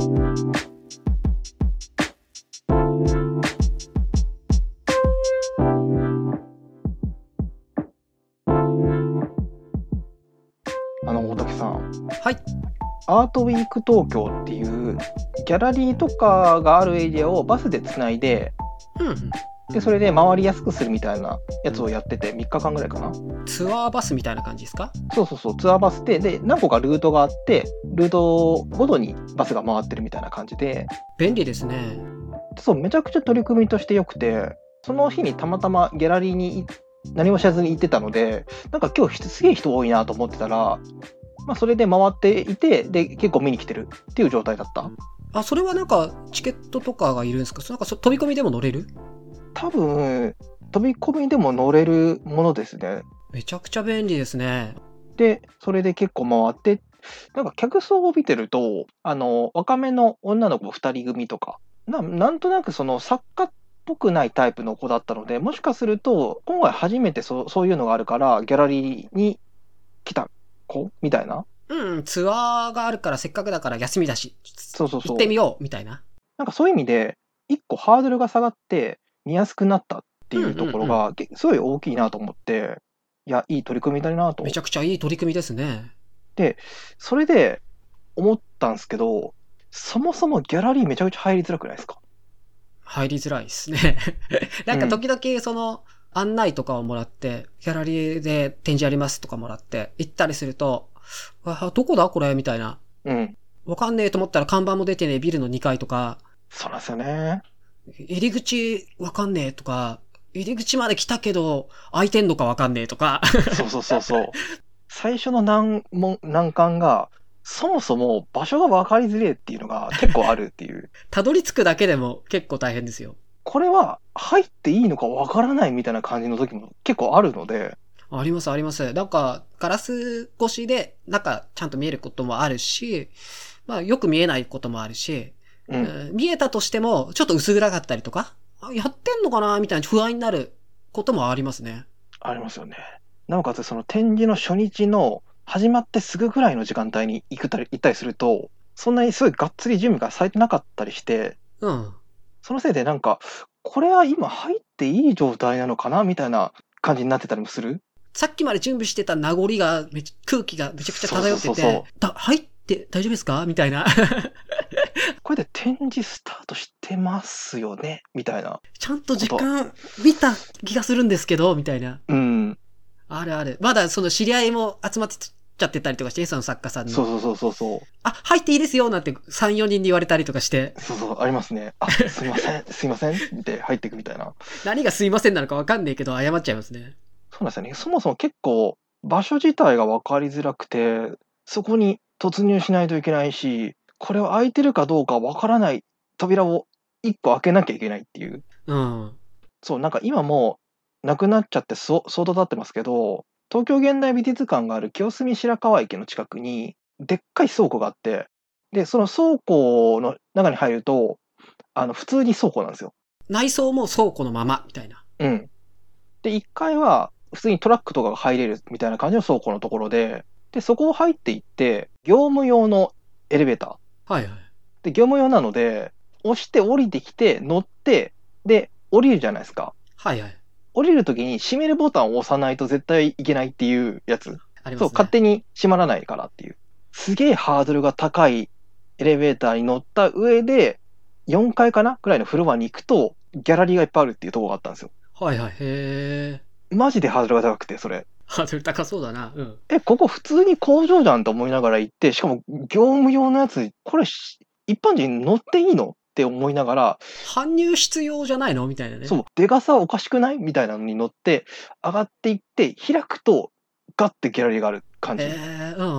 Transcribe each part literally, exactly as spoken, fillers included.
あの大竹さん、 はい。 アートウィーク東京っていうギャラリーとかがあるエリアをバスでつないで、 うんうん。 でそれで回りやすくするみたいなやつをやっててみっかかんぐらいかな。 ツアーバスみたいな感じですか？ そうそうそう、ツアーバスでで何個かルートがあって、ルートごとにバスが回ってるみたいな感じで、 便利ですね。 そうめちゃくちゃ取り組みとして良くて、その日にたまたまギャラリーに何も知らずに行ってたので、なんか今日すげえ人多いなと思ってたら、まあ、それで回っていて、で結構見に来てるっていう状態だった。 あ、それはなんかチケットとかがいるんですか？なんかそ飛び込みでも乗れる？ 多分飛び込みでも乗れるものですね。 めちゃくちゃ便利ですね。 でそれで結構回って、なんか客層を見てると、あの若めの女の子ふたり組とか な, なんとなくその作家っぽくないタイプの子だったので、もしかすると今回初めて そ, そういうのがあるからギャラリーに来た子みたいな。 うん、ツアーがあるからせっかくだから休みだし、 そうそうそう、 行ってみようみたいな。 なんかそういう意味で一個ハードルが下がって見やすくなったっていうところうんうんうん。 がすごい大きいなと思って、いやいい取り組みだなと。 めちゃくちゃいい取り組みですね。 でそれで思ったんですけど、そもそもギャラリーめちゃくちゃ入りづらくないですか？ 入りづらいですね。なんかうん時々その案内とかをもらって、ギャラリーで展示ありますとかもらって行ったりすると、あ、どこだこれみたいな。 うん、 わかんねえと思ったら看板も出てねえビルのにかいとか、 そうなんですよね。 入り口わかんねえとか、入り口まで来たけど開いてんのかわかんねえとか。 そうそうそうそう。最初の難問難関がそもそも場所が分かりづれえっていうのが結構あるっていう。 たどり着くだけでも結構大変ですよ。 これは入っていいのか分からないみたいな感じの時も結構あるので。 ありますあります。なんかガラス越しで中ちゃんと見えることもあるし、まあよく見えないこともあるし、 うん、 見えたとしてもちょっと薄暗かったりとか、やってんのかなみたいな不安になることもありますね。 ありますよね。なおかつその展示の初日の始まってすぐぐらいの時間帯に行くたり行ったりすると、そんなにすごいがっつり準備がされてなかったりして、 うん。 そのせいでなんかこれは今入っていい状態なのかなみたいな感じになってたりもする。 さっきまで準備してた名残がめち空気がめちゃくちゃ漂ってて、 そうそうそうそう、 だ入って大丈夫ですかみたいな。 これで展示スタートしてますよねみたいなちゃんと時こと。 間見た気がするんですけど、みたいな。 うん。 あるある。まだその知り合いも集まってちゃってたりとかして、その作家さんの。 そうそうそうそうそう。 あ、入っていいですよなんてさん、よにんに言われたりとかして。 そうそう、ありますね。あ、すいません、すいませんって入っていくみたいな。 何がすいませんなのかわかんねえけど、謝っちゃいますね。 そうなんですよね。そもそも結構場所自体が分かりづらくて、そこに突入しないといけないし、これは開いてるかどうか分からない扉をいっこ開けなきゃいけないっていう。 うん。 そう、なんか今もうなくなっちゃってそ相当経ってますけど、東京現代美術館がある清澄白河駅の近くにでっかい倉庫があって、で、その倉庫の中に入ると、あの普通に倉庫なんですよ。 内装も倉庫のまま、みたいな。 うん。で、いっかいは普通にトラックとかが入れるみたいな感じの倉庫のところで、で、そこを入っていって、業務用のエレベーター。 はいはい。 で、業務用なので、押して降りてきて、乗って、で、降りるじゃないですか。 はいはい。 降りるときに閉めるボタンを押さないと絶対いけないっていうやつ。そう、 ありますね。 勝手に閉まらないからっていう。すげえハードルが高いエレベーターに乗った上で、よんかいかなぐらいのフロアに行くと、ギャラリーがいっぱいあるっていうところがあったんですよ。 はいはい。へー。 マジでハードルが高くて、それ。 ハードル高そうだな。うん。 え、ここ普通に工場じゃんと思いながら行って、しかも業務用のやつ、これ一般人乗っていいのって思いながら、 搬入必要じゃないのみたいなね。 そう、でかさおかしくないみたいなのに乗って、上がっていって、開くと、ガッてギャラリーがある感じ。 えー、うん。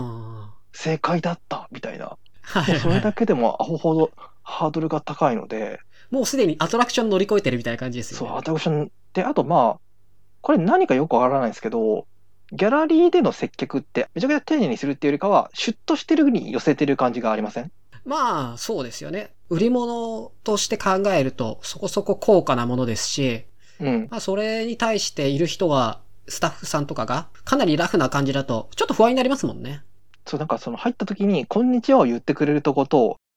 正解だったみたいな。 はいもうそれはい。 だけでもアホほどハードルが高いので、 もうすでにアトラクション乗り越えてるみたいな感じですよそう、 ね。 アトラクションで、あとまあ、これ何かよくわからないですけど、ギャラリーでの接客ってめちゃくちゃ丁寧にするっていうよりかは、シュッとしてるに寄せてる感じがありません？ まあ、そうですよね。売り物として考えると、そこそこ高価なものですし、 うん。 まあ、それに対している人が、スタッフさんとかが、かなりラフな感じだと、ちょっと不安になりますもんね。 そう、なんかその入った時に、こんにちはを言ってくれるとこと、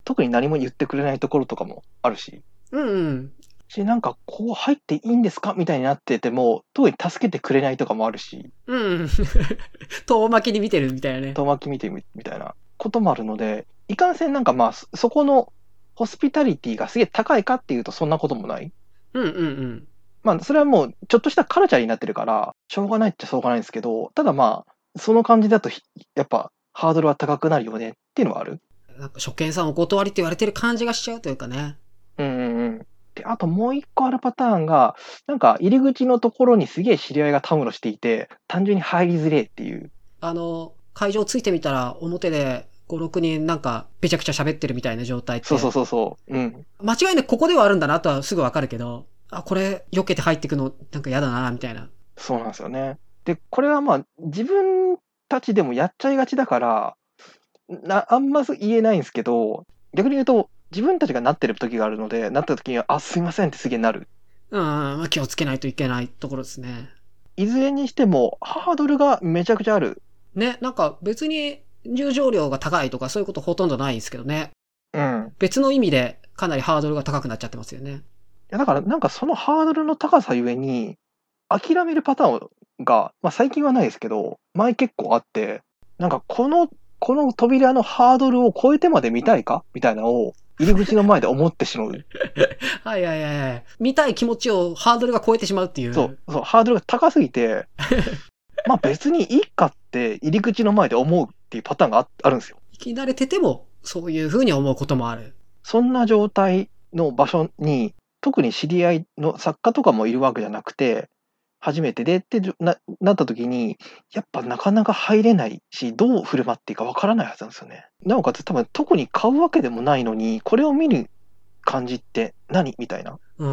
特に何も言ってくれないところとかもあるし、 うんうん。 し、なんかこう入っていいんですかみたいになってても、特に助けてくれないとかもあるし、 うん。遠巻きに見てるみたいなね。 遠巻き見てみみたいなこともあるので、いかんせんなんかまあ、そそこのホスピタリティがすげえ高いかっていうとそんなこともない。 うんうんうん。 まあ、それはもうちょっとしたカルチャーになってるから、しょうがないっちゃしょうがないんですけど、ただまあ、その感じだとひやっぱハードルは高くなるよねっていうのはある。 なんか初見さんお断りって言われてる感じがしちゃうというかね。 うんうんうん。で、あともう一個あるパターンが、なんか入り口のところにすげえ知り合いがたむろしていて、単純に入りづれえっていう。 あの、会場ついてみたら表でご、ろくにんなんかべちゃくちゃ喋ってるみたいな状態って。 そうそうそうそう。うん。 間違いなくここではあるんだなとはすぐわかるけど、あ、これ避けて入ってくのなんか嫌だな、みたいな。 そうなんですよね。で、これはまあ、自分たちでもやっちゃいがちだから、なあんま言えないんですけど、逆に言うと、自分たちがなってる時があるので、なった時には、あ、すいませんってすげえなる。 うん、まあ、気をつけないといけないところですね。 いずれにしても、ハードルがめちゃくちゃある。 ね、なんか別に入場料が高いとかそういうことほとんどないんですけどね。 うん。 別の意味でかなりハードルが高くなっちゃってますよね。 いやだから、なんかそのハードルの高さゆえに、諦めるパターンが、まあ最近はないですけど、前結構あって、なんかこの、この扉のハードルを超えてまで見たいかみたいなのを、入り口の前で思ってしまう。 はいはいはいはい。見たい気持ちをハードルが超えてしまうっていう。 そう、そう、ハードルが高すぎて、まあ別にいいかって入り口の前で思うっていうパターンが あ, あるんですよ。 生き慣れてても、そういう風に思うこともある。 そんな状態の場所に、特に知り合いの作家とかもいるわけじゃなくて、初めてでってななった時に、やっぱなかなか入れないし、どう振る舞っていいかわからないはずなんですよね。なおかつ多分特に買うわけでもないのに、これを見る感じって何みたいな。 うん。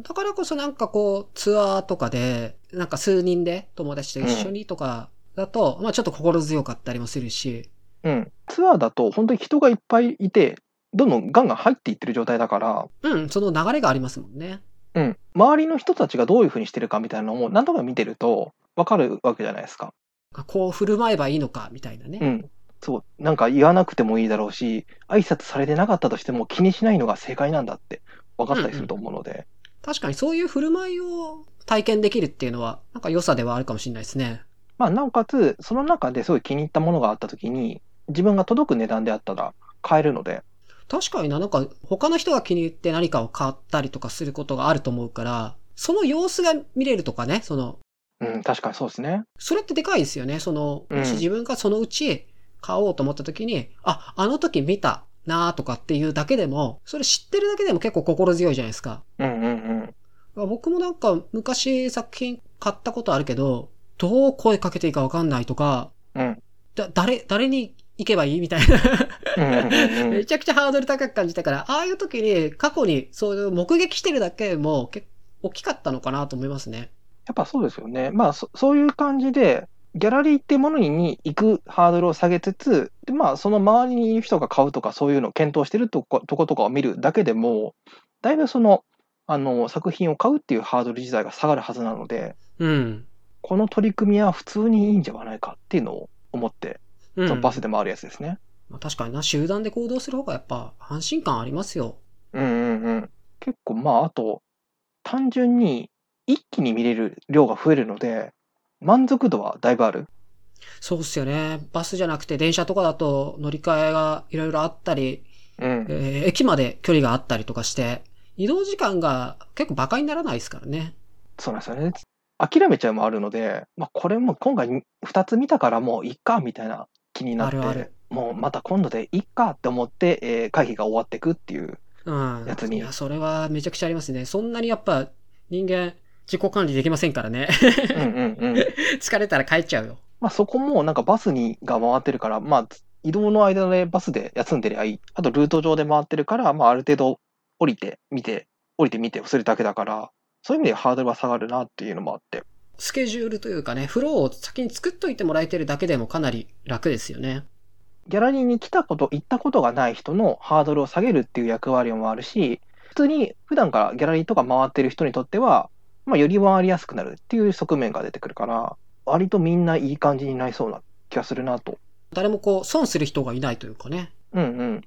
だからこそなんかこう、ツアーとかで、なんか数人で友達と一緒にとかだと、うん、まあちょっと心強かったりもするし。 うん。ツアーだと本当に人がいっぱいいて、どんどんガンガン入っていってる状態だから、 うん、その流れがありますもんね。 うん。周りの人たちがどういう風にしてるかみたいなのも、なんとか見てるとわかるわけじゃないですか。 こう振る舞えばいいのか、みたいなね。 うん。そう。なんか言わなくてもいいだろうし、挨拶されてなかったとしても気にしないのが正解なんだって分かったりすると思うので。うんうん、 確かにそういう振る舞いを体験できるっていうのは、なんか良さではあるかもしれないですね。 まあ、なおかつ、その中ですごい気に入ったものがあったときに、自分が届く値段であったら買えるので。 確かにな、なんか他の人が気に入って何かを買ったりとかすることがあると思うから、その様子が見れるとかね、その。 うん、確かにそうですね。 それってでかいですよね。その、もし自分がそのうち買おうと思った時に、うん、あ、あの時見たなとかっていうだけでも、それ知ってるだけでも結構心強いじゃないですか。 うんうんうん。僕もなんか昔作品買ったことあるけど、どう声かけていいかわかんないとか、 うん。 だ、誰、誰に行けばいいみたいな。めちゃくちゃハードル高く感じたから、ああいう時に過去にそういう目撃してるだけも結構大きかったのかなと思いますね。 やっぱそうですよね。まあそ、そういう感じで、ギャラリーってものに行くハードルを下げつつ、でまあ、その周りにいる人が買うとか、そういうのを検討してるとこ、とことかを見るだけでも、だいぶその、あの、作品を買うっていうハードル自体が下がるはずなので、 うん。 この取り組みは普通にいいんじゃないかっていうのを思って、うん、そのバスで回るやつですね。 まあ、確かにな、集団で行動する方がやっぱ安心感ありますよ。 うんうんうん。結構まあ、あと、単純に一気に見れる量が増えるので、満足度はだいぶある。 そうっすよね。バスじゃなくて電車とかだと乗り換えがいろいろあったり、 うんえー、駅まで距離があったりとかして、移動時間が結構馬鹿にならないですからね。 そうなんですよね。諦めちゃうもあるので、まあ、これも今回ふたつ見たからもういっかみたいな気になって、あるあるもうまた今度でいっかって思って、えー、会議が終わっていくっていうやつに、うん、 いや、それはめちゃくちゃありますね。そんなにやっぱ人間自己管理できませんからね。うんうんうん。疲れたら帰っちゃうよ。 まあそこもなんかバスにが回ってるから、まあ移動の間でバスで休んでりゃいい。あとルート上で回ってるから、まあある程度降りて見て、降りて見てするだけだから、そういう意味でハードルは下がるなっていうのもあって。 スケジュールというかね、フローを先に作っといてもらえてるだけでもかなり楽ですよね。 ギャラリーに来たこと、行ったことがない人のハードルを下げるっていう役割もあるし、普通に普段からギャラリーとか回ってる人にとっては、まあ、より回りやすくなるっていう側面が出てくるから、割とみんないい感じになりそうな気がするなと。 誰もこう、損する人がいないというかね。 うんうん。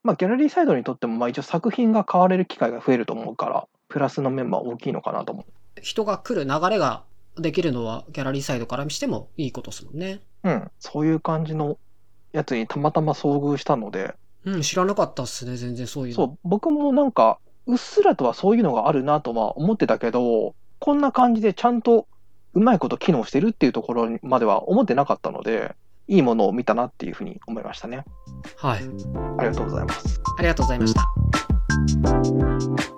まあ、ギャラリーサイドにとっても、まあ一応作品が買われる機会が増えると思うから、プラスの面は大きいのかなと思う。 人が来る流れができるのはギャラリーサイドからしてもいいことですもんね。 うん、そういう感じのやつにたまたま遭遇したので。 うん、知らなかったっすね、全然そういうの。 そう、僕もなんか、うっすらとはそういうのがあるなとは思ってたけど、こんな感じでちゃんとうまいこと機能してるっていうところまでは思ってなかったので、いいものを見たなっていうふうに思いましたね。 はい。 ありがとうございます。 ありがとうございました。